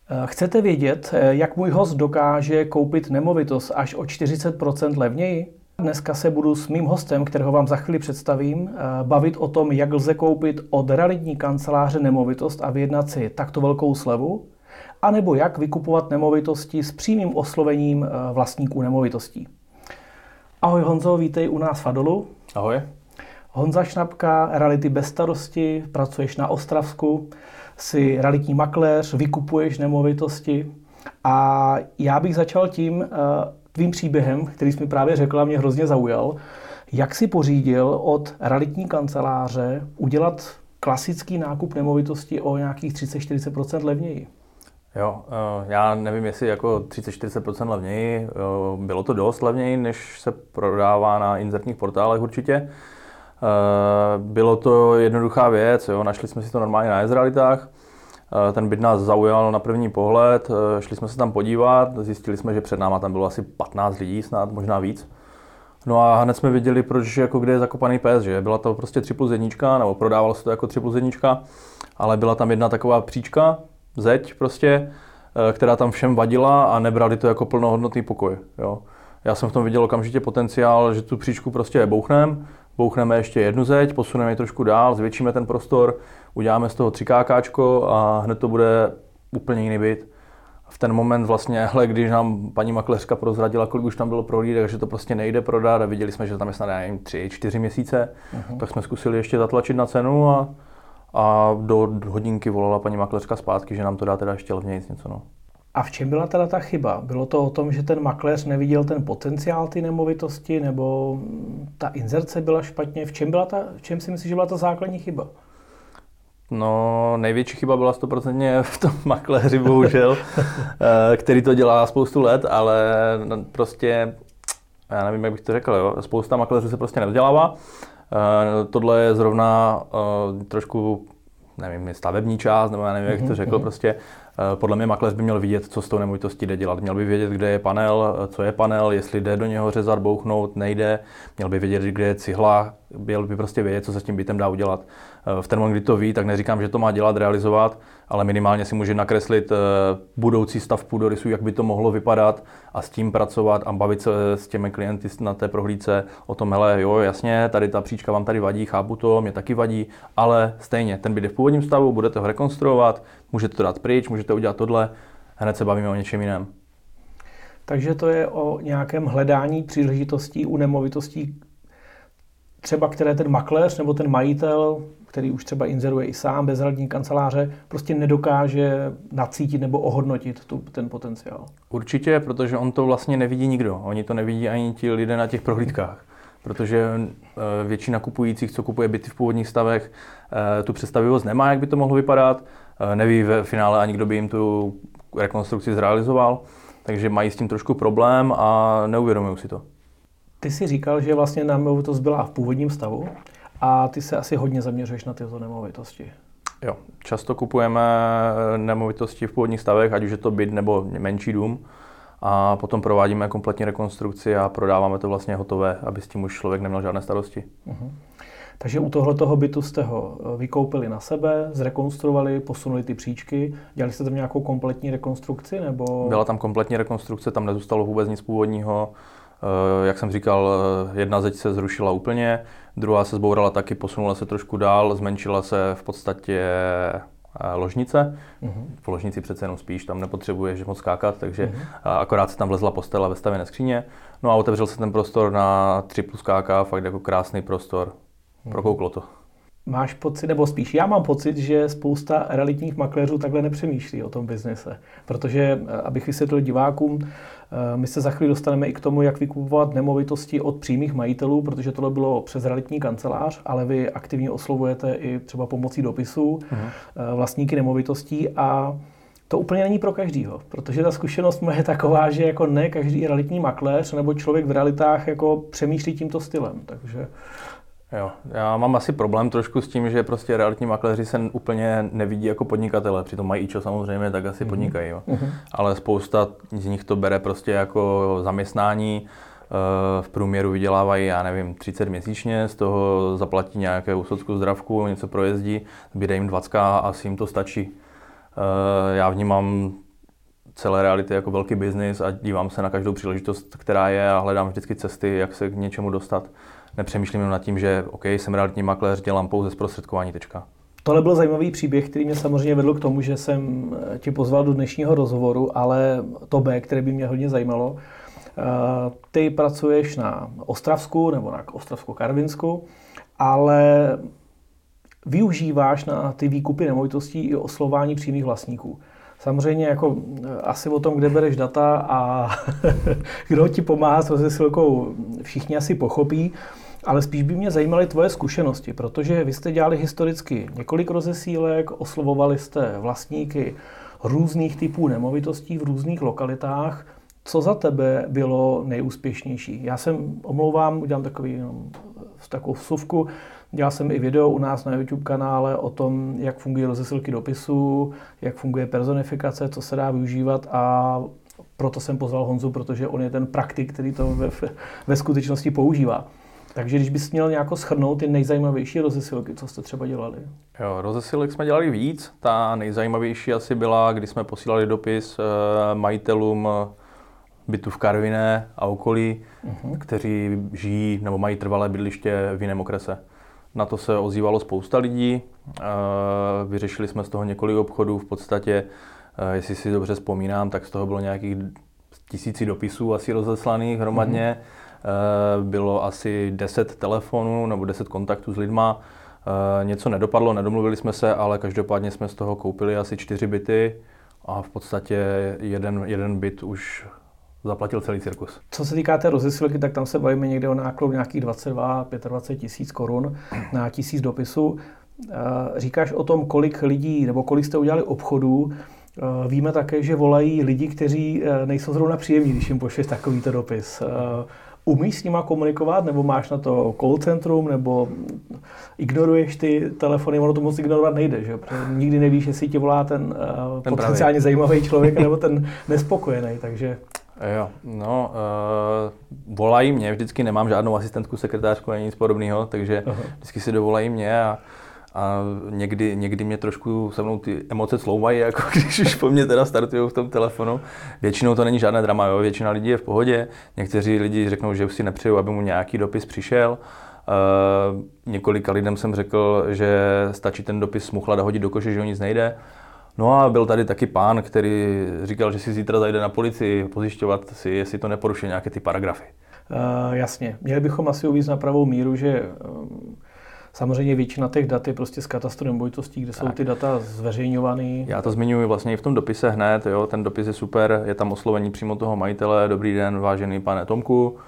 Chcete vědět, jak můj host dokáže koupit nemovitost až o 40% levněji? Dneska se budu s mým hostem, kterého vám za chvíli představím, bavit o tom, jak lze koupit od realitní kanceláře nemovitost a vyjednat si takto velkou slevu, anebo jak vykupovat nemovitosti s přímým oslovením vlastníků nemovitostí. Ahoj Honzo, vítej u nás v Adolu. Ahoj. Honza Šnapka, reality bez starosti, pracuješ na Ostravsku, jsi realitní makléř, vykupuješ nemovitosti a já bych začal tím tvým příběhem, který jsi mi právě řekl a mě hrozně zaujal. Jak jsi pořídil od realitní kanceláře udělat klasický nákup nemovitosti o nějakých 30-40% levněji? Jo, já nevím, jestli jako 30-40% levněji, bylo to dost levněji, než se prodává na inzertních portálech určitě. Bylo to jednoduchá věc, jo. Našli jsme si to normálně na e-realitách. Ten byt nás zaujal na první pohled, šli jsme se tam podívat, zjistili jsme, že před náma tam bylo asi 15 lidí, snad možná víc. No a hned jsme viděli, proč, jako kde je zakopaný pes, že byla to prostě 3+1, nebo prodávalo se to jako 3+1, ale byla tam jedna taková příčka, zeď prostě, která tam všem vadila a nebrali to jako plnohodnotný pokoj, jo. Já jsem v tom viděl okamžitě potenciál, že tu příčku prostě bouchneme ještě jednu zeď, posuneme ji trošku dál, zvětšíme ten prostor, uděláme z toho 3KK a hned to bude úplně jiný byt. V ten moment vlastně, když nám paní makléřka prozradila, kolik už tam bylo prohlídek, že to prostě nejde prodat a viděli jsme, že tam je snad 3-4 měsíce, tak jsme zkusili ještě zatlačit na cenu a do hodinky volala paní makléřka zpátky, že nám to dá teda ještě levnějc něco. No. A v čem byla teda ta chyba? Bylo to o tom, že ten makléř neviděl ten potenciál ty nemovitosti, nebo ta inzerce byla špatně? V čem si myslíš, že byla ta základní chyba? No, největší chyba byla 100% v tom makléři, bohužel, který to dělá spoustu let, ale prostě, já nevím, jak bych to řekl, jo? Spousta makléřů se prostě nevzdělává. Tohle je zrovna trošku, nevím, stavební část, nebo já nevím, jak to řekl, prostě podle mě makléř by měl vidět, co s tou nemovitostí jde dělat. Měl by vědět, kde je panel, co je panel, jestli jde do něho řezat, bouchnout, nejde. Měl by vědět, kde je cihla, měl by prostě vědět, co se s tím bytem dá udělat. V ten moment, kdy to ví, tak neříkám, že to má dělat, realizovat, ale minimálně si může nakreslit budoucí stav půdorysu, jak by to mohlo vypadat a s tím pracovat a bavit se s těmi klienty na té prohlídce o tom, hele, jo, jasně, tady ta příčka vám tady vadí, chápu to, mě taky vadí, ale stejně, ten byt je v původním stavu, budete ho rekonstruovat, můžete to dát pryč, můžete udělat tohle, hned se bavíme o něčem jiném. Takže to je o nějakém hledání příležitostí u nemovitostí, třeba které ten makléř nebo ten majitel, který už třeba inzeruje i sám bez realitní kanceláře, prostě nedokáže nacítit nebo ohodnotit ten potenciál. Určitě, protože on to vlastně nevidí nikdo. Oni to nevidí ani ti lidé na těch prohlídkách. Protože většina kupujících, co kupuje byty v původních stavech, tu představivost nemá, jak by to mohlo vypadat. Neví ve finále ani kdo by jim tu rekonstrukci zrealizoval. Takže mají s tím trošku problém a neuvědomují si to. Ty jsi říkal, že vlastně nemovitost byla v původním stavu a ty se asi hodně zaměřuješ na tyto nemovitosti. Jo, často kupujeme nemovitosti v původních stavech, ať už je to byt nebo menší dům. A potom provádíme kompletní rekonstrukci a prodáváme to vlastně hotové, aby s tím už člověk neměl žádné starosti. Takže u tohoto bytu jste ho vykoupili na sebe, zrekonstruovali, posunuli ty příčky. Dělali jste tam nějakou kompletní rekonstrukci? Nebo... Byla tam kompletní rekonstrukce, tam nezůstalo vůbec nic původního. Jak jsem říkal, jedna zeď se zrušila úplně, druhá se zbourala taky, posunula se trošku dál, zmenšila se v podstatě ložnice. V ložnici přece jenom spíš, tam nepotřebuješ moc skákat, takže akorát se tam vlezla postel a vestavěné skříně. No a otevřel se ten prostor na 3+KK, fakt jako krásný prostor. Prokouklo to. Máš pocit, nebo spíš já mám pocit, že spousta realitních makléřů takhle nepřemýšlí o tom biznise. Protože, abych vysvětlil divákům, my se za chvíli dostaneme i k tomu, jak vykupovat nemovitosti od přímých majitelů, protože tohle bylo přes realitní kancelář, ale vy aktivně oslovujete i třeba pomocí dopisů vlastníky nemovitostí a to úplně není pro každýho, protože ta zkušenost moje je taková, že jako ne každý realitní makléř nebo člověk v realitách jako přemýšlí tímto stylem, takže... Jo, já mám asi problém trošku s tím, že prostě realitní makléři se úplně nevidí jako podnikatele, přitom mají ičo samozřejmě, tak asi podnikají. Jo. Ale spousta z nich to bere prostě jako zaměstnání, v průměru vydělávají, já nevím, 30 měsíčně, z toho zaplatí nějaké úsodskou zdravku, něco projezdí, zbyde jim 20 a asi jim to stačí. Já vnímám celé reality jako velký biznis a dívám se na každou příležitost, která je a hledám vždycky cesty, jak se k něčemu dostat. Nepřemýšlím jen nad tím, že OK, jsem realitní makléř, dělám pouze zprostředkování, tečka. Tohle byl zajímavý příběh, který mě samozřejmě vedl k tomu, že jsem tě pozval do dnešního rozhovoru, ale to B, které by mě hodně zajímalo. Ty pracuješ na Ostravsku nebo na Ostravsko-Karvinsku, ale využíváš na ty výkupy nemovitostí i oslovování přímých vlastníků. Samozřejmě jako asi o tom, kde bereš data a kdo ti pomáhá s rozesilkou, všichni asi pochopí, ale spíš by mě zajímaly tvoje zkušenosti, protože vy jste dělali historicky několik rozesílek, oslovovali jste vlastníky různých typů nemovitostí v různých lokalitách. Co za tebe bylo nejúspěšnější? Já udělám takovou vsuvku, dělal jsem i video u nás na YouTube kanále o tom, jak fungují rozesilky dopisů, jak funguje personifikace, co se dá využívat a proto jsem pozval Honzu, protože on je ten praktik, který to ve skutečnosti používá. Takže když bys měl nějak shrnout ty nejzajímavější rozesilky, co jste třeba dělali? Jo, rozesilek jsme dělali víc. Ta nejzajímavější asi byla, když jsme posílali dopis majitelům bytu v Karviné a okolí, kteří žijí nebo mají trvalé bydliště v jiném okrese. Na to se ozývalo spousta lidí. Vyřešili jsme z toho několik obchodů. V podstatě, jestli si dobře vzpomínám, tak z toho bylo nějakých 1000 dopisů asi rozeslaných hromadně. Bylo asi 10 telefonů nebo 10 kontaktů s lidma. Něco nedopadlo, nedomluvili jsme se, ale každopádně jsme z toho koupili asi 4 byty a v podstatě jeden byt už zaplatil celý cirkus. Co se týká té rozesilky, tak tam se bavíme někde o nákladu nějakých 22-25 tisíc korun na 1000 dopisů. Říkáš o tom, kolik lidí nebo kolik jste udělali obchodů. Víme také, že volají lidi, kteří nejsou zrovna příjemní, když jim pošleš takovýto dopis. Umíš s nima komunikovat, nebo máš na to call centrum, nebo ignoruješ ty telefony, ono to moc ignorovat nejde, že? Protože nikdy nevíš, jestli ti volá ten potenciálně zajímavý člověk, nebo ten nespokojený, takže... Jo, no, volají mě, vždycky nemám žádnou asistentku, sekretářku ani nic podobného, takže vždycky si dovolají mě a někdy mě trošku se mnou ty emoce slouvají, jako když už po mně teda startujou v tom telefonu. Většinou to není žádné drama, jo? Většina lidí je v pohodě, někteří lidi řeknou, že už si nepřeju, aby mu nějaký dopis přišel. Několika lidem jsem řekl, že stačí ten dopis smuchlat a hodit do koše, že o nic nejde. No a byl tady taky pán, který říkal, že si zítra zajde na policii pozjišťovat si, jestli to neporušuje nějaké ty paragrafy. Jasně, měli bychom asi uvést na pravou míru, že samozřejmě většina těch dat je prostě z katastru nemovitostí, kde jsou ty data zveřejňované. Já to zmiňuji vlastně i v tom dopise hned, jo, ten dopis je super, je tam oslovení přímo toho majitele, dobrý den, vážený pane Tomku,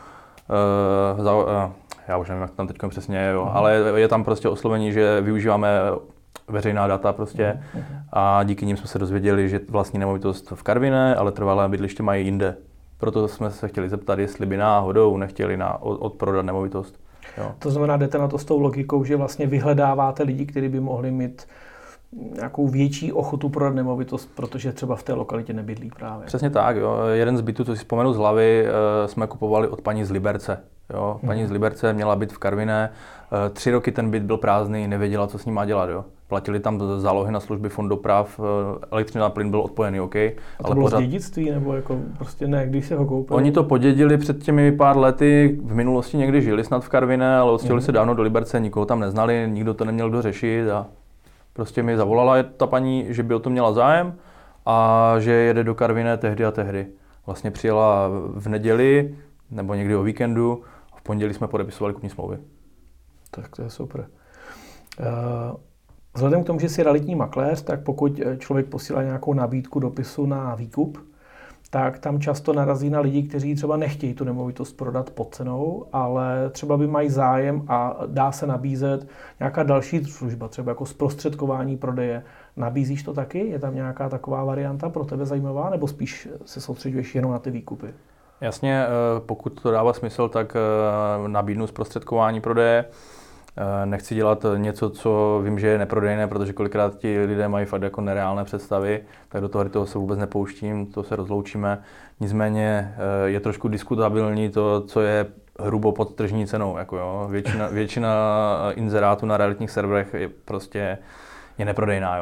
já už nevím, jak tam teď přesně je, jo, ale je tam prostě oslovení, že využíváme veřejná data prostě a díky nim jsme se dozvěděli, že vlastní nemovitost v Karviné, ale trvalé bydliště mají jinde. Proto jsme se chtěli zeptat, jestli by náhodou nechtěli odprodat nemovitost. Jo. To znamená, jdete na to s tou logikou, že vlastně vyhledáváte lidi, kteří by mohli mít nějakou větší ochotu prodat nemovitost, protože třeba v té lokalitě nebydlí právě. Přesně tak, jo. Jeden z bytů, co si vzpomenu z hlavy, jsme kupovali od paní z Liberce. Jo. Paní z Liberce měla byt v Karviné, 3 roky ten byt byl prázdný, nevěděla, co s ním má dělat. Jo. Platili tam zálohy na služby fond doprav, elektřina a plyn byl odpojený, OK. A to ale bylo pořád... z dědictví, nebo jako prostě ne, když se ho koupili? Oni to podědili před těmi pár lety, v minulosti někdy žili snad v Karviné, ale odstěhovali se dávno do Liberce, nikoho tam neznali, nikdo to neměl kdo řešit a prostě mi zavolala ta paní, že by o to měla zájem a že jede do Karviné tehdy a tehdy. Vlastně přijela v neděli nebo někdy o víkendu a v pondělí jsme podepisovali kupní smlouvy. Tak to je super. Vzhledem k tomu, že jsi realitní makléř, tak pokud člověk posílá nějakou nabídku dopisu na výkup, tak tam často narazí na lidi, kteří třeba nechtějí tu nemovitost prodat pod cenou, ale třeba by mají zájem a dá se nabízet nějaká další služba, třeba jako zprostředkování prodeje. Nabízíš to taky? Je tam nějaká taková varianta pro tebe zajímavá, nebo spíš se soustředuješ jenom na ty výkupy? Jasně, pokud to dává smysl, tak nabídnu zprostředkování prodeje. Nechci dělat něco, co vím, že je neprodejné, protože kolikrát ti lidé mají fakt jako nereálné představy, tak do toho se vůbec nepouštím, to se rozloučíme. Nicméně je trošku diskutabilní to, co je hrubo pod tržní cenou. Jako jo. Většina inzerátů na realitních serverech je prostě neprodejná. Jo.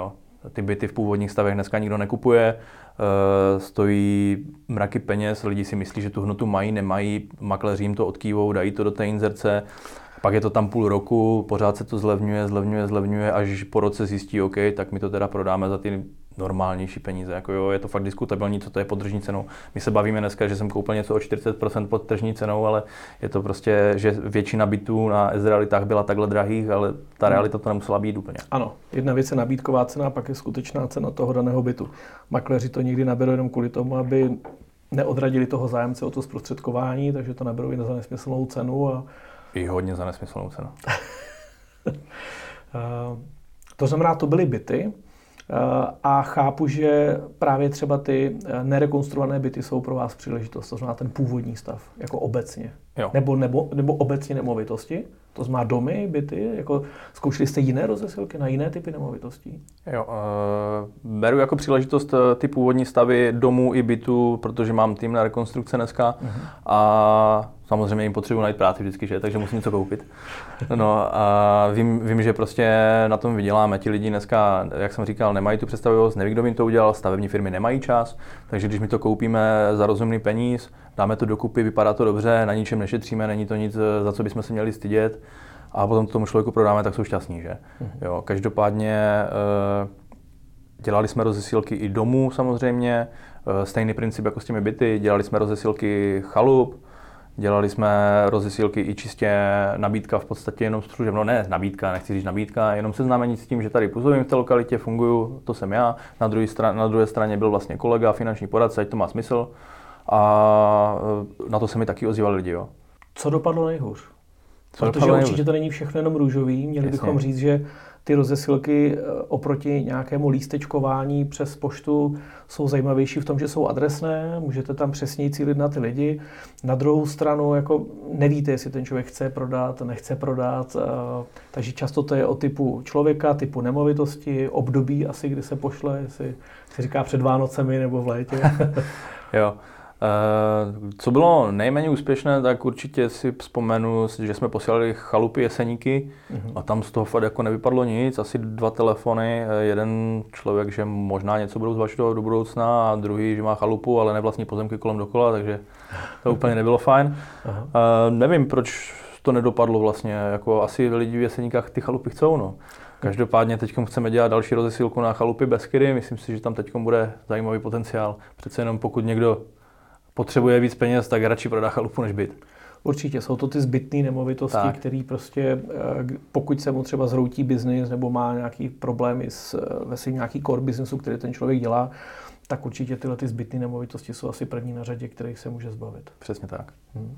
Ty byty v původních stavech dneska nikdo nekupuje, stojí mraky peněz, lidi si myslí, že tu hnotu mají, nemají, makléři jim to odkývou, dají to do té inzerce, pak je to tam půl roku, pořád se to zlevňuje, až po roce zjistí, OK, tak my to teda prodáme za ty normálnější peníze. Jako jo, je to fakt diskutabilní, co to je pod tržní cenou. My se bavíme dneska, že jsem koupil něco o 40% pod tržní cenou, ale je to prostě, že většina bytů na S-realitách byla takhle drahých, ale ta realita to nemusela být úplně. Ano, jedna věc je nabídková cena, pak je skutečná cena toho daného bytu. Makléři to někdy naberou jenom kvůli tomu, aby neodradili toho zájemce o to zprostředkování, takže to naberou i za nesmyslnou cenu. I hodně za nesmyslnou cenu. To znamená, to byly byty. A chápu, že právě třeba ty nerekonstruované byty jsou pro vás příležitost, to znamená ten původní stav, jako obecně. Jo. Nebo obecně nemovitosti, to znamená domy, byty, jako zkoušeli jste jiné rozesilky na jiné typy nemovitostí? Jo, beru jako příležitost ty původní stavy domů i bytu, protože mám tým na rekonstrukce dneska a samozřejmě jim potřebuji najít práci vždycky, že? Takže musím něco koupit. No a vím, že prostě na tom vyděláme. Ti lidi dneska, jak jsem říkal, nemají tu představivost, neví, kdo jim to udělal, stavební firmy nemají čas, takže když my to koupíme za rozumný peníz, dáme to dokupy, vypadá to dobře, na ničem nešetříme, není to nic, za co bychom se měli stydět a potom to tomu člověku prodáme, tak jsou šťastní, že? Jo, každopádně dělali jsme rozesílky i domů samozřejmě, stejný princip jako s těmi byty, dělali jsme rozesílky chalup, dělali jsme rozesílky i čistě nabídka v podstatě jenom služeb, no ne nabídka, nechci říct nabídka, jenom seznámení s tím, že tady působím v té lokalitě, funguju, to jsem já, na druhé straně byl vlastně kolega, finanční poradce, ať to má smysl a na to se mi taky ozývali lidi, jo. Co dopadlo nejhůř? Protože určitě to není všechno jenom růžový, měli bychom říct, že ty rozesilky oproti nějakému lístečkování přes poštu jsou zajímavější v tom, že jsou adresné, můžete tam přesněji cílit na ty lidi. Na druhou stranu jako nevíte, jestli ten člověk chce prodat, nechce prodat, takže často to je o typu člověka, typu nemovitosti, období asi, kdy se pošle, jestli se říká před Vánocemi nebo v létě. Jo. Co bylo nejméně úspěšné, tak určitě si vzpomenu, že jsme posílali chalupy Jeseníky a tam z toho fakt jako nevypadlo nic, asi 2 telefony, jeden člověk, že možná něco budou zvažovat do budoucna a druhý, že má chalupu, ale nevlastní pozemky kolem dokola, takže to úplně nebylo fajn. Nevím, proč to nedopadlo vlastně, jako asi lidi v Jeseníkách ty chalupy chcou, no. Každopádně teď chceme dělat další rozesílku na chalupy Beskydy, myslím si, že tam teď bude zajímavý potenciál. Přece jenom pokud někdo potřebuje víc peněz, tak radši prodá chalupu než byt. Určitě, jsou to ty zbytné nemovitosti, které prostě, pokud se mu třeba zhroutí biznis nebo má nějaký problémy ve svým nějaký core businessu, který ten člověk dělá, tak určitě tyhle ty zbytné nemovitosti jsou asi první na řadě, kterých se může zbavit. Přesně tak.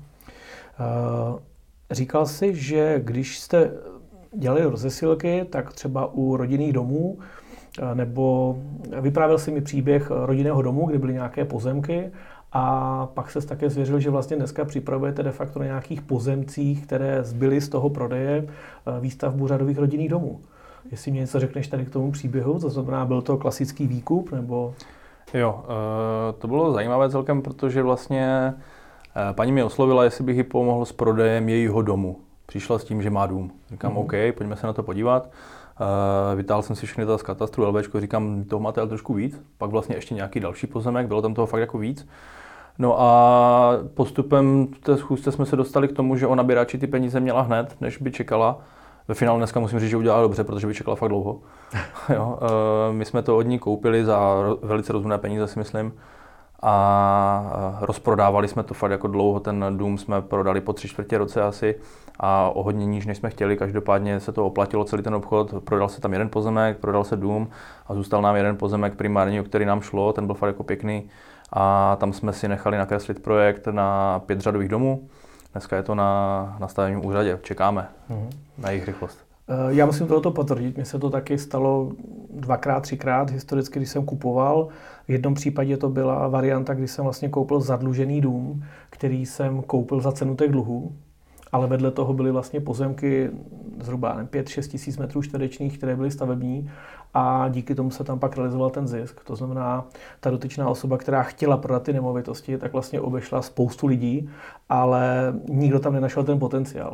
Říkal jsi, že když jste dělali rozesilky, tak třeba u rodinných domů, nebo vyprávěl si mi příběh rodinného domu, kde byly nějaké pozemky, a pak se také zvěřil, že vlastně dneska připravujete de facto na nějakých pozemcích, které zbyly z toho prodeje, výstavbu řadových rodinných domů. Jestli mě něco řekneš tady k tomu příběhu, to znamená, byl to klasický výkup, nebo... Jo, to bylo zajímavé celkem, protože vlastně paní mě oslovila, jestli bych jí pomohl s prodejem jejího domu. Přišla s tím, že má dům. Říkám, OK, pojďme se na to podívat. Vytáhl jsem si všechny z katastru LVčko, říkám, toho máte ale trošku víc. Pak vlastně ještě nějaký další pozemek, bylo tam toho fakt jako víc. No a postupem té schůzce jsme se dostali k tomu, že ona by radši ty peníze měla hned, než by čekala. Ve finále dneska musím říct, že udělala dobře, protože by čekala fakt dlouho. Jo, my jsme to od ní koupili za velice rozumné peníze, si myslím. A rozprodávali jsme to fakt jako dlouho, ten dům jsme prodali po 3/4 roce asi a o hodně níž, než jsme chtěli, každopádně se to oplatilo celý ten obchod, prodal se tam jeden pozemek, prodal se dům a zůstal nám jeden pozemek primární, o který nám šlo, ten byl fakt jako pěkný a tam jsme si nechali nakreslit projekt na 5 řadových domů, dneska je to na stavebním úřadě, čekáme na jejich rychlost. Já musím tohoto potvrdit, mně se to taky stalo 2krát, 3krát historicky, když jsem kupoval. V jednom případě to byla varianta, kdy jsem vlastně koupil zadlužený dům, který jsem koupil za cenu těch dluhů, ale vedle toho byly vlastně pozemky zhruba 5-6 tisíc metrů čtverečních, které byly stavební a díky tomu se tam pak realizoval ten zisk. To znamená, ta dotyčná osoba, která chtěla prodat ty nemovitosti, tak vlastně obešla spoustu lidí, ale nikdo tam nenašel ten potenciál.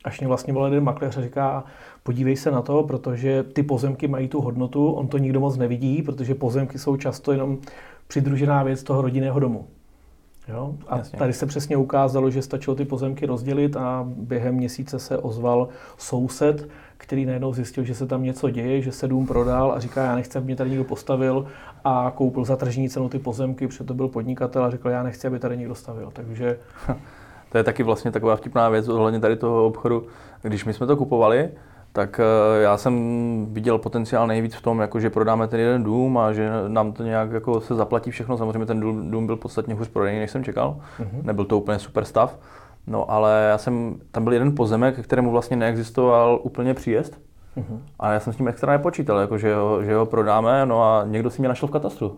Až mě vlastně volal jeden makléř a říká, podívej se na to, protože ty pozemky mají tu hodnotu, on to nikdo moc nevidí, protože pozemky jsou často jenom přidružená věc toho rodinného domu. Jo? A Jasně. tady se přesně ukázalo, že stačilo ty pozemky rozdělit a během měsíce se ozval soused, který najednou zjistil, že se tam něco děje, že se dům prodal a říká, já nechci, aby mě tady někdo postavil a koupil za tržní cenu ty pozemky, protože to byl podnikatel a řekl, já nechci, aby tady někdo stavil. Takže to je taky vlastně taková vtipná věc ohledně tady toho obchodu. Když my jsme to kupovali, tak já jsem viděl potenciál nejvíc v tom, jako, že prodáme ten jeden dům a že nám to nějak jako se zaplatí všechno. Samozřejmě ten dům byl podstatně hůř prodejný, než jsem čekal. Nebyl to úplně super stav. No ale tam byl jeden pozemek, kterému vlastně neexistoval úplně příjezd. A já jsem s tím extra nepočítal, jako, že ho prodáme, no a někdo si mě našel v katastru.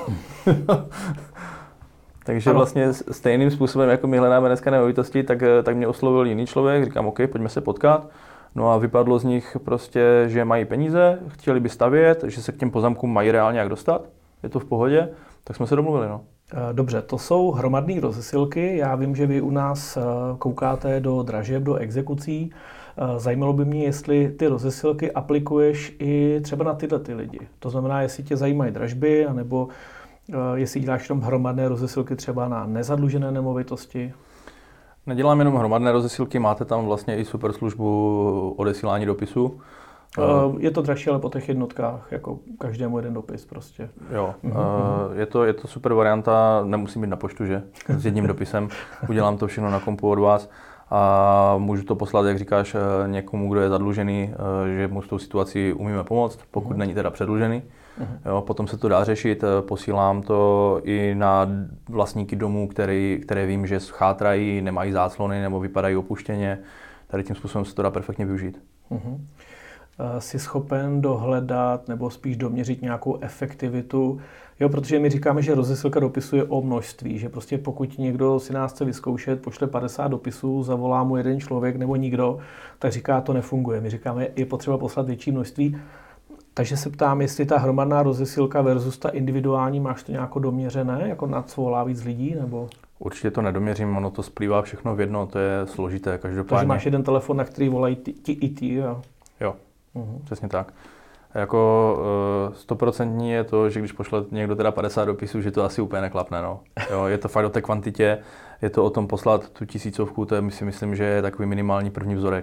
Takže vlastně stejným způsobem, jako my hledáme dneska nemovitosti, tak mě oslovil jiný člověk, říkám, OK, pojďme se potkat. No a vypadlo z nich prostě, že mají peníze, chtěli by stavět, že se k těm pozemkům mají reálně jak dostat, je to v pohodě, tak jsme se domluvili, no. Dobře, to jsou hromadné rozesilky. Já vím, že vy u nás koukáte do dražeb, do exekucí. Zajímalo by mě, jestli ty rozesilky aplikuješ i třeba na tyhle ty lidi. To znamená, jestli tě zajímají dražby, anebo jestli děláš jenom hromadné rozesilky třeba na nezadlužené nemovitosti. Nedělám jenom hromadné rozesilky, máte tam vlastně i super službu odesílání dopisů. Je to dražší, ale po těch jednotkách, jako každému jeden dopis prostě. Jo, je to super varianta, nemusím být na poštu, že? S jedním dopisem, udělám to všechno na kompu od vás a můžu to poslat, jak říkáš, někomu, kdo je zadlužený, že mu s tou situací umíme pomoct, pokud není teda předlužený. Jo, potom se to dá řešit, posílám to i na vlastníky domů, které vím, že chátrají, nemají záclony nebo vypadají opuštěně. Tady tím způsobem se to dá perfektně využít. Jsi schopen dohledat nebo spíš doměřit nějakou efektivitu? Jo, protože my říkáme, že rozesilka dopisů je o množství, že prostě pokud někdo si nás chce vyzkoušet, pošle 50 dopisů, zavolá mu jeden člověk nebo nikdo, tak říká, to nefunguje. My říkáme, je potřeba poslat větší množství. Takže se ptám, jestli ta hromadná rozesilka versus ta individuální, máš to nějak doměřené, jako na co volá víc lidí, nebo? Určitě to nedoměřím, ono to splývá všechno v jedno, to je složité každopádně. Takže máš jeden telefon, na který volají ti. Jo, přesně tak. Jako 100% je to, že když pošle někdo teda 50 dopisů, že to asi úplně neklapne, no. Jo, je to fakt o té kvantitě, je to o tom poslat tu 1000, to je, myslím, že je takový minimální první vzorek.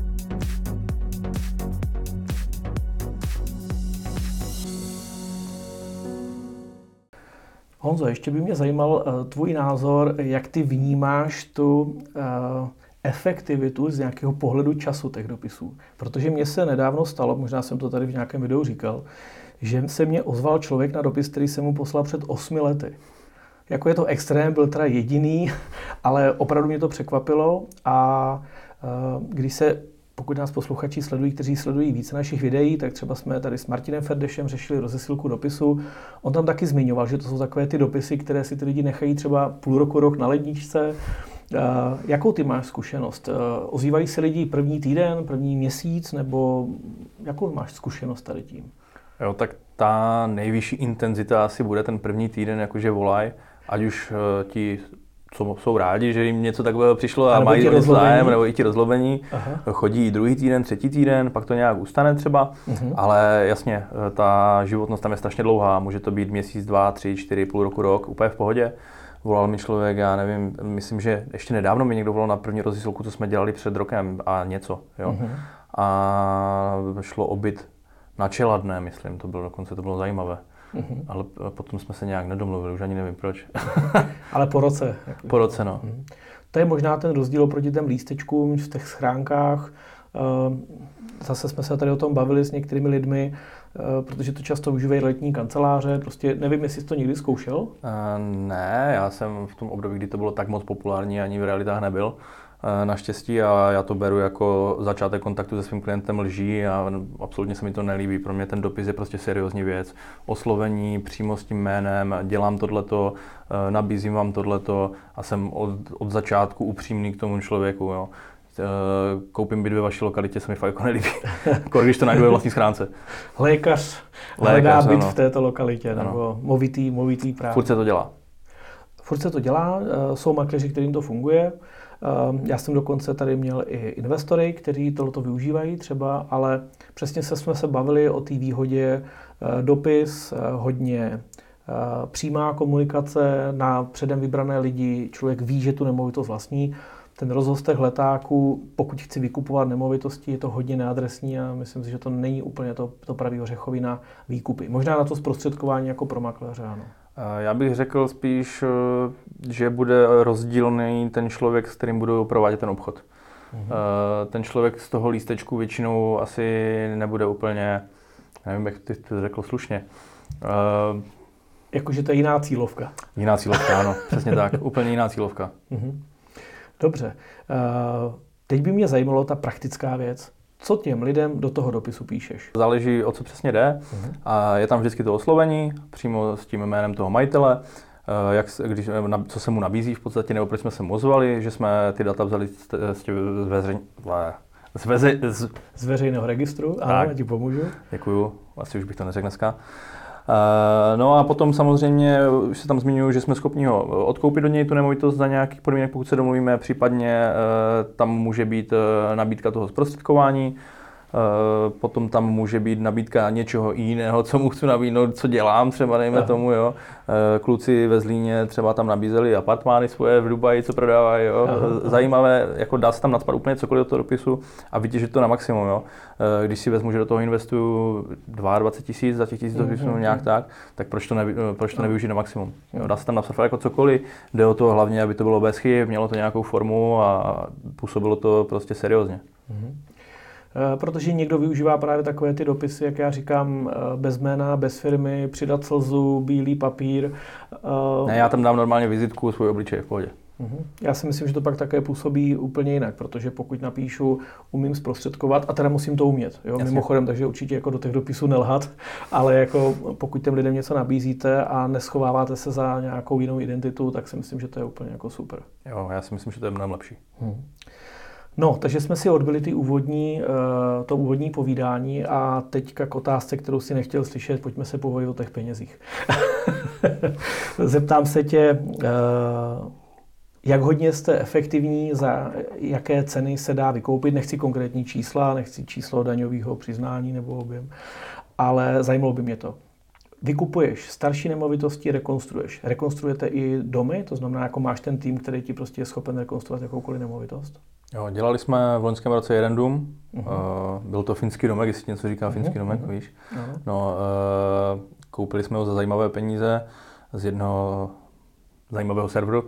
Honzo, ještě by mě zajímal tvůj názor, jak ty vnímáš tu efektivitu z nějakého pohledu času těch dopisů. Protože mně se nedávno stalo, možná jsem to tady v nějakém videu říkal, že se mě ozval člověk na dopis, který jsem mu poslal před 8 lety. Jako je to extrém, byl teda jediný, ale opravdu mě to překvapilo a pokud nás posluchači sledují, kteří sledují více našich videí, tak třeba jsme tady s Martinem Ferdešem řešili rozesilku dopisu. On tam taky zmiňoval, že to jsou takové ty dopisy, které si ty lidi nechají třeba půl roku, rok na ledničce. Jakou ty máš zkušenost? Ozývají se lidi první týden, první měsíc, nebo jakou máš zkušenost tady tím? Jo, tak ta nejvyšší intenzita asi bude ten první týden, jakože volají, ať už ti co jsou rádi, že jim něco takového přišlo a mají něco zájem, nebo i ti rozlobení. Chodí druhý týden, třetí týden, pak to nějak ustane třeba, ale jasně, ta životnost tam je strašně dlouhá, může to být měsíc, 2, 3, 4, půl roku, rok, úplně v pohodě. Volal mi člověk, já nevím, myslím, že ještě nedávno mi někdo volal na první rozesilku, co jsme dělali před rokem a něco, jo. A šlo o byt na Čeladné, myslím, to bylo zajímavé. Ale potom jsme se nějak nedomluvili, už ani nevím proč. Ale po roce. Po roce, no. To je možná ten rozdíl oproti těm lístečkům v těch schránkách. Zase jsme se tady o tom bavili s některými lidmi, protože to často využívají realitní kanceláře. Prostě nevím, jestli jsi to někdy zkoušel? Ne, já jsem v tom období, kdy to bylo tak moc populární, ani v realitách nebyl. Naštěstí a já to beru jako začátek kontaktu se svým klientem lží a absolutně se mi to nelíbí. Pro mě ten dopis je prostě seriózní věc. Oslovení přímo s tím jménem, dělám tohleto, nabízím vám tohleto a jsem od začátku upřímný k tomu člověku. Jo. Koupím byt ve vaší lokalitě, se mi fakt jako nelíbí. Když to najdu ve vlastní schránce. Lékař hledá byt v této lokalitě, nebo movitý práv. Furt se to dělá. Furt se to dělá, jsou makléři, kterým to funguje. Já jsem dokonce tady měl i investory, kteří tohleto využívají třeba, ale přesně jsme se bavili o té výhodě dopis, hodně přímá komunikace na předem vybrané lidi, člověk ví, že tu nemovitost vlastní. Ten rozhoz těch letáků, pokud chci vykupovat nemovitosti, je to hodně neadresní a myslím si, že to není úplně to pravý ořechový na výkupy. Možná na to zprostředkování jako pro makléře, ano. Já bych řekl spíš, že bude rozdílný ten člověk, s kterým budu provádět ten obchod. Ten člověk z toho lístečku většinou asi nebude úplně, nevím, jak ty to řekl slušně. Jakože to je jiná cílovka. Jiná cílovka, ano, přesně tak, úplně jiná cílovka. Dobře. Teď by mě zajímalo ta praktická věc. Co těm lidem do toho dopisu píšeš? Záleží, o co přesně jde. A je tam vždycky to oslovení, přímo s tím jménem toho majitele, co se mu nabízí v podstatě, nebo proč jsme se mu ozvali, že jsme ty data vzali z veřejného registru. Ano, já ti pomůžu. Děkuju, asi už bych to neřekl dneska. No a potom samozřejmě už se tam zmiňuji, že jsme schopni ho odkoupit do něj tu nemovitost za nějakých podmínek, pokud se domluvíme, případně tam může být nabídka toho zprostředkování, potom tam může být nabídka něčeho jiného, co mu chci nabídnout, co dělám třeba, dejme tomu, jo. Kluci ve Zlíně třeba tam nabízeli apartmány svoje v Dubaji, co prodávají, jo. Zajímavé, jako dá se tam nacpat úplně cokoliv do toho dopisu a vytěžit to na maximum, jo. Když si vezmu, že do toho investuju 22 000 za těch 1000 dopisů nějak tak proč to nevyužít na maximum. Jo. Dá se tam napsat jako cokoliv, jde o to hlavně, aby to bylo bez chyb, mělo to nějakou formu a působilo to prostě seriózně. Protože někdo využívá právě takové ty dopisy, jak já říkám, bez jména, bez firmy, přidat slzu, bílý papír. Ne, já tam dám normálně vizitku, svůj obličej v pohodě. Já si myslím, že to pak také působí úplně jinak, protože pokud napíšu, umím zprostředkovat, a teda musím to umět, jo? Mimochodem, takže určitě jako do těch dopisů nelhat, ale jako pokud těm lidem něco nabízíte a neschováváte se za nějakou jinou identitu, tak si myslím, že to je úplně jako super. Jo, já si myslím, že to je mnohem lepší. No, takže jsme si odbyli to úvodní povídání a teďka k otázce, kterou si nechtěl slyšet, pojďme se povědět o těch penězích. Zeptám se tě, jak hodně jste efektivní, za jaké ceny se dá vykoupit, nechci konkrétní čísla, nechci číslo daňového přiznání nebo objem, ale zajímalo by mě to. Vykupuješ starší nemovitosti, rekonstruuješ. Rekonstruujete i domy, to znamená, jako máš ten tým, který ti prostě je schopen rekonstruovat jakoukoliv nemovitost? Jo, dělali jsme v loňském roce jeden dům, byl to finský domek, jestli něco říká finský domek, víš. No, koupili jsme ho za zajímavé peníze z jednoho zajímavého serveru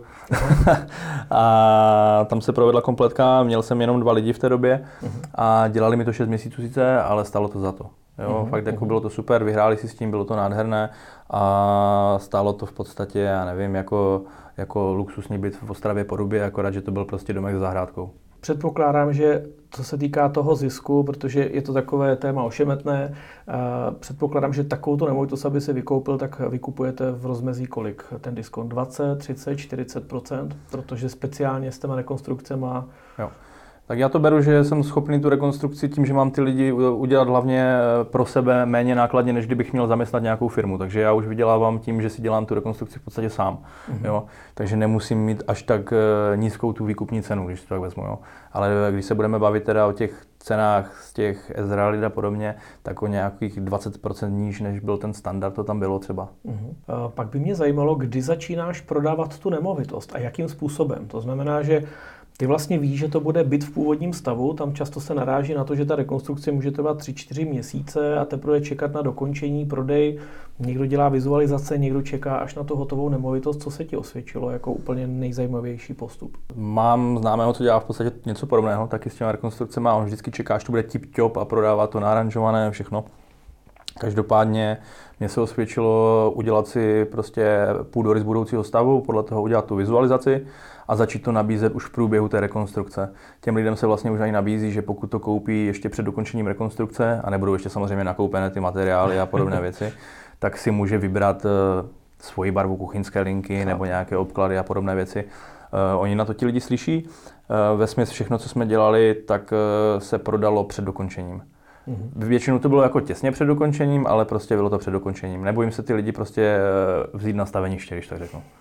a tam se provedla kompletka, měl jsem jenom 2 lidi v té době a dělali mi to 6 měsíců sice, ale stálo to za to. Jo, fakt jako bylo to super, vyhráli si s tím, bylo to nádherné a stálo to v podstatě, já nevím, jako luxusní byt v Ostravě Porubě, akorát, že to byl prostě domek s zahrádkou. Předpokládám, že co se týká toho zisku, protože je to takové téma ošemetné, předpokládám, že takovouto nemovitost, aby se vykoupil, tak vykupujete v rozmezí kolik? Ten diskont 20, 30, 40%, protože speciálně s těma rekonstrukcema. Jo. Tak já to beru, že jsem schopný tu rekonstrukci tím, že mám ty lidi udělat hlavně pro sebe méně nákladně, než kdybych měl zaměstnat nějakou firmu. Takže já už vydělávám tím, že si dělám tu rekonstrukci v podstatě sám. Jo? Takže nemusím mít až tak nízkou tu výkupní cenu, když to tak vezmu. Jo? Ale když se budeme bavit teda o těch cenách z těch Ezrealid a podobně, tak o nějakých 20% níž, než byl ten standard, to tam bylo třeba. Pak by mě zajímalo, kdy začínáš prodávat tu nemovitost a jakým způsobem. To znamená, že ty vlastně víš, že to bude byt v původním stavu, tam často se naráží na to, že ta rekonstrukce může trvat 3-4 měsíce a teprve čekat na dokončení, prodej. Někdo dělá vizualizace, někdo čeká až na tu hotovou nemovitost. Co se ti osvědčilo jako úplně nejzajímavější postup? Mám známého, co dělá v podstatě něco podobného, taky s těma rekonstrukcemi, a on vždycky čeká, až to bude tip-top a prodává to naranžované, všechno. Každopádně mě se osvědčilo udělat si prostě půdorys budoucího stavu, podle toho udělat tu vizualizaci a začít to nabízet už v průběhu té rekonstrukce. Těm lidem se vlastně už ani nabízí, že pokud to koupí ještě před dokončením rekonstrukce a nebudou ještě samozřejmě nakoupené ty materiály a podobné věci, tak si může vybrat svoji barvu kuchyňské linky nebo nějaké obklady a podobné věci. Oni na to ti lidi slyší. Vesměs všechno, co jsme dělali, tak se prodalo před dokončením. Většinou to bylo jako těsně před dokončením, ale prostě bylo to před dokončením. Nebojím se ty lidi prostě vzít na staveniště, když tak řeknu.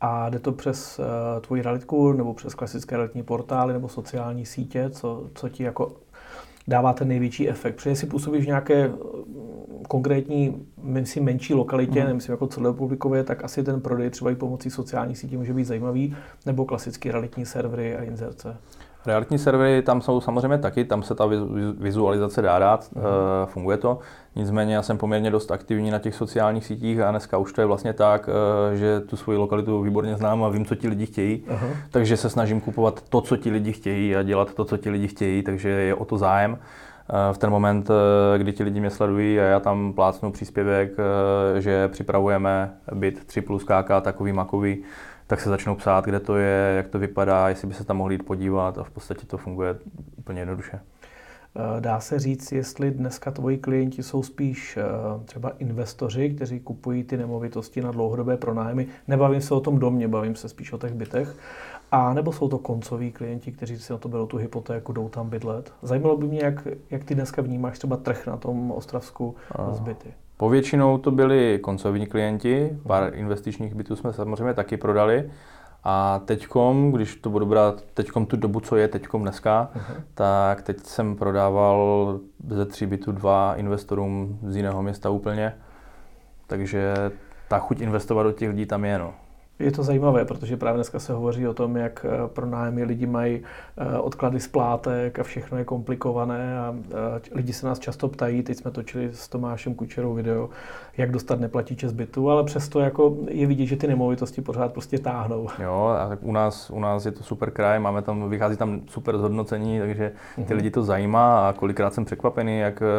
a jde to přes tvoji realitku nebo přes klasické realitní portály nebo sociální sítě, co ti jako dává ten největší efekt. Protože si působíš v nějaké konkrétní, myslím, menší lokalitě, nemyslím jako celorepublikově, tak asi ten prodej třeba i pomocí sociálních sítí může být zajímavý, nebo klasické realitní servery a inzerce. Realitní servery tam jsou samozřejmě taky, tam se ta vizualizace dá dát, funguje to. Nicméně já jsem poměrně dost aktivní na těch sociálních sítích a dneska už to je vlastně tak, že tu svoji lokalitu výborně znám a vím, co ti lidi chtějí. Takže se snažím kupovat to, co ti lidi chtějí a dělat to, co ti lidi chtějí, takže je o to zájem. V ten moment, kdy ti lidi mě sledují a já tam plácnu příspěvek, že připravujeme byt 3+ KK, takový makový, tak se začnou psát, kde to je, jak to vypadá, jestli by se tam mohli jít podívat a v podstatě to funguje úplně jednoduše. Dá se říct, jestli dneska tvoji klienti jsou spíš třeba investoři, kteří kupují ty nemovitosti na dlouhodobé pronájmy, nebavím se o tom domě, bavím se spíš o těch bytech, a nebo jsou to koncoví klienti, kteří si na to berou tu hypotéku, jdou tam bydlet. Zajímalo by mě, jak ty dneska vnímáš třeba trh na tom Ostravsku z byty. Povětšinou to byli koncoví klienti, pár investičních bytů jsme samozřejmě taky prodali. A teďkom, když to budu brát teďkom tu dobu, co je teďkom dneska, tak teď jsem prodával ze 3 bytů 2 investorům z jiného města úplně. Takže ta chuť investovat do těch lidí tam je, no. Je to zajímavé, protože právě dneska se hovoří o tom, jak pro nájmy lidi mají odklady splátek a všechno je komplikované a lidi se nás často ptají, teď jsme točili s Tomášem Kučerou video, jak dostat neplatiče z bytu, ale přesto jako je vidět, že ty nemovitosti pořád prostě táhnou. Jo, a tak u nás je to super kraj, vychází tam super zhodnocení, takže ty lidi to zajímá a kolikrát jsem překvapený,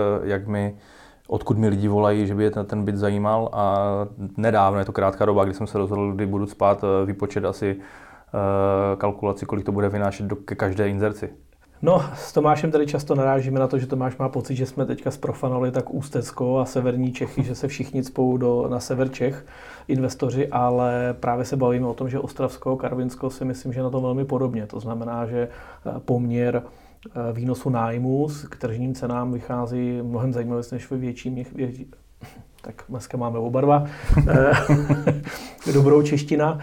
odkud mi lidi volají, že by je ten byt zajímal, a nedávno, je to krátká doba, kdy jsem se rozhodl, kdy budu spát, vypočet asi kalkulaci, kolik to bude vynášet ke každé inzerci. No, s Tomášem tady často narážíme na to, že Tomáš má pocit, že jsme teďka zprofanovali tak Ústecko a severní Čechy, že se všichni cpou na sever Čech, investoři, ale právě se bavíme o tom, že Ostravsko, Karvinsko si myslím, že na to velmi podobně. To znamená, že poměr výnosu nájmu k tržním cenám vychází mnohem zajímavější než ve větší. Tak dneska máme oba dva. Dobrou čeština.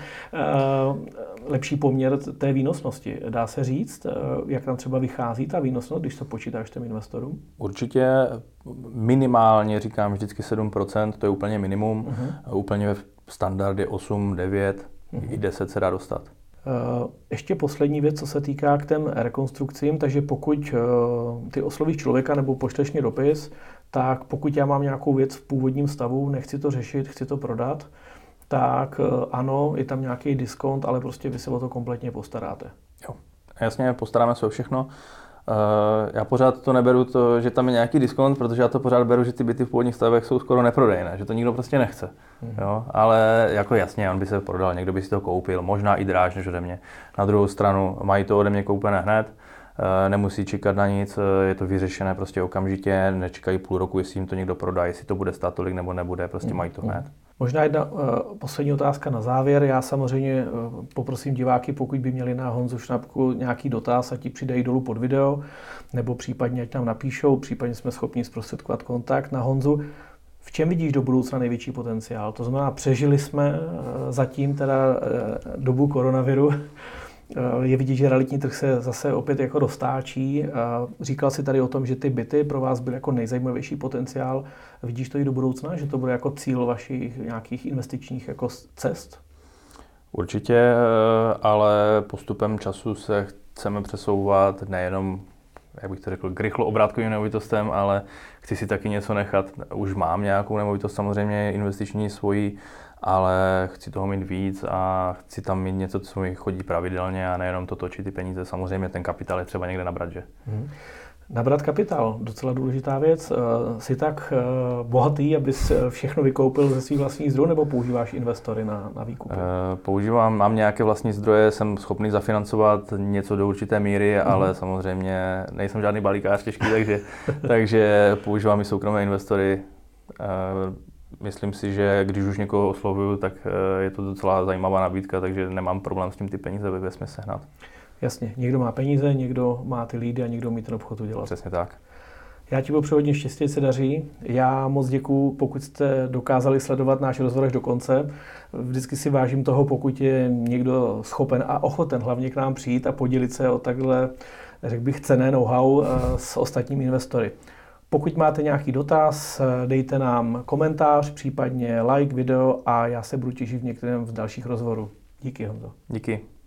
Lepší poměr té výnosnosti. Dá se říct, jak tam třeba vychází ta výnosnost, když to počítáš těm investorům? Určitě minimálně, říkám vždycky 7%, to je úplně minimum. Úplně v standardě 8, 9, i 10 se dá dostat. Ještě poslední věc, co se týká k těm rekonstrukcím, takže pokud ty oslovíš člověka nebo pošleš mě dopis, tak pokud já mám nějakou věc v původním stavu, nechci to řešit, chci to prodat, tak ano, je tam nějaký diskont, ale prostě vy se o to kompletně postaráte. Jo, jasně, postaráme se o všechno. Já pořád to neberu, že tam je nějaký diskont, protože já to pořád beru, že ty byty v původních stavech jsou skoro neprodejné, že to nikdo prostě nechce. Jo? Ale jako jasně, on by se prodal, někdo by si to koupil, možná i dráž než ode mě. Na druhou stranu mají to ode mě koupené hned, nemusí čekat na nic, je to vyřešené prostě okamžitě, nečekají půl roku, jestli jim to někdo prodá, jestli to bude stát tolik nebo nebude, prostě mají to hned. Možná jedna poslední otázka na závěr. Já samozřejmě poprosím diváky, pokud by měli na Honzu Šňapku nějaký dotaz, ať ti přidají dolů pod video, nebo případně ať nám napíšou, případně jsme schopni zprostředkovat kontakt na Honzu. V čem vidíš do budoucna největší potenciál? To znamená, přežili jsme zatím teda dobu koronaviru. Je vidět, že realitní trh se zase opět jako roztáčí. Říkal jsi tady o tom, že ty byty pro vás byly jako nejzajímavější potenciál. Vidíš to i do budoucna, že to bude jako cíl vašich nějakých investičních jako cest? Určitě, ale postupem času se chceme přesouvat nejenom, jak bych to řekl, k rychloobrátkovým nemovitostem, ale chci si taky něco nechat. Už mám nějakou nemovitost, samozřejmě investiční svoji, ale chci toho mít víc a chci tam mít něco, co mi chodí pravidelně a nejenom to točit ty peníze. Samozřejmě ten kapitál je třeba někde nabrat, že? Nabrat kapitál, docela důležitá věc. Jsi tak bohatý, abys všechno vykoupil ze svých vlastních zdrojů, nebo používáš investory na výkup? Mám nějaké vlastní zdroje, jsem schopný zafinancovat něco do určité míry, ale samozřejmě nejsem žádný balíkář těžký, takže používám i soukromé investory. Myslím si, že když už někoho oslovuju, tak je to docela zajímavá nabídka, takže nemám problém s tím ty peníze ve vesměs sehnat. Jasně, někdo má peníze, někdo má ty lídy a někdo umí ten obchod udělat. Přesně tak. Já ti popřeju hodně štěstí, se daří. Já moc děkuju, pokud jste dokázali sledovat náš rozhovor až do konce. Vždycky si vážím toho, pokud je někdo schopen a ochoten hlavně k nám přijít a podělit se o takhle, řekl bych, cenné know-how s ostatními investory. Pokud máte nějaký dotaz, dejte nám komentář, případně like video a já se budu těšit v některém z dalších rozhovorů. Díky, Honzo. Díky.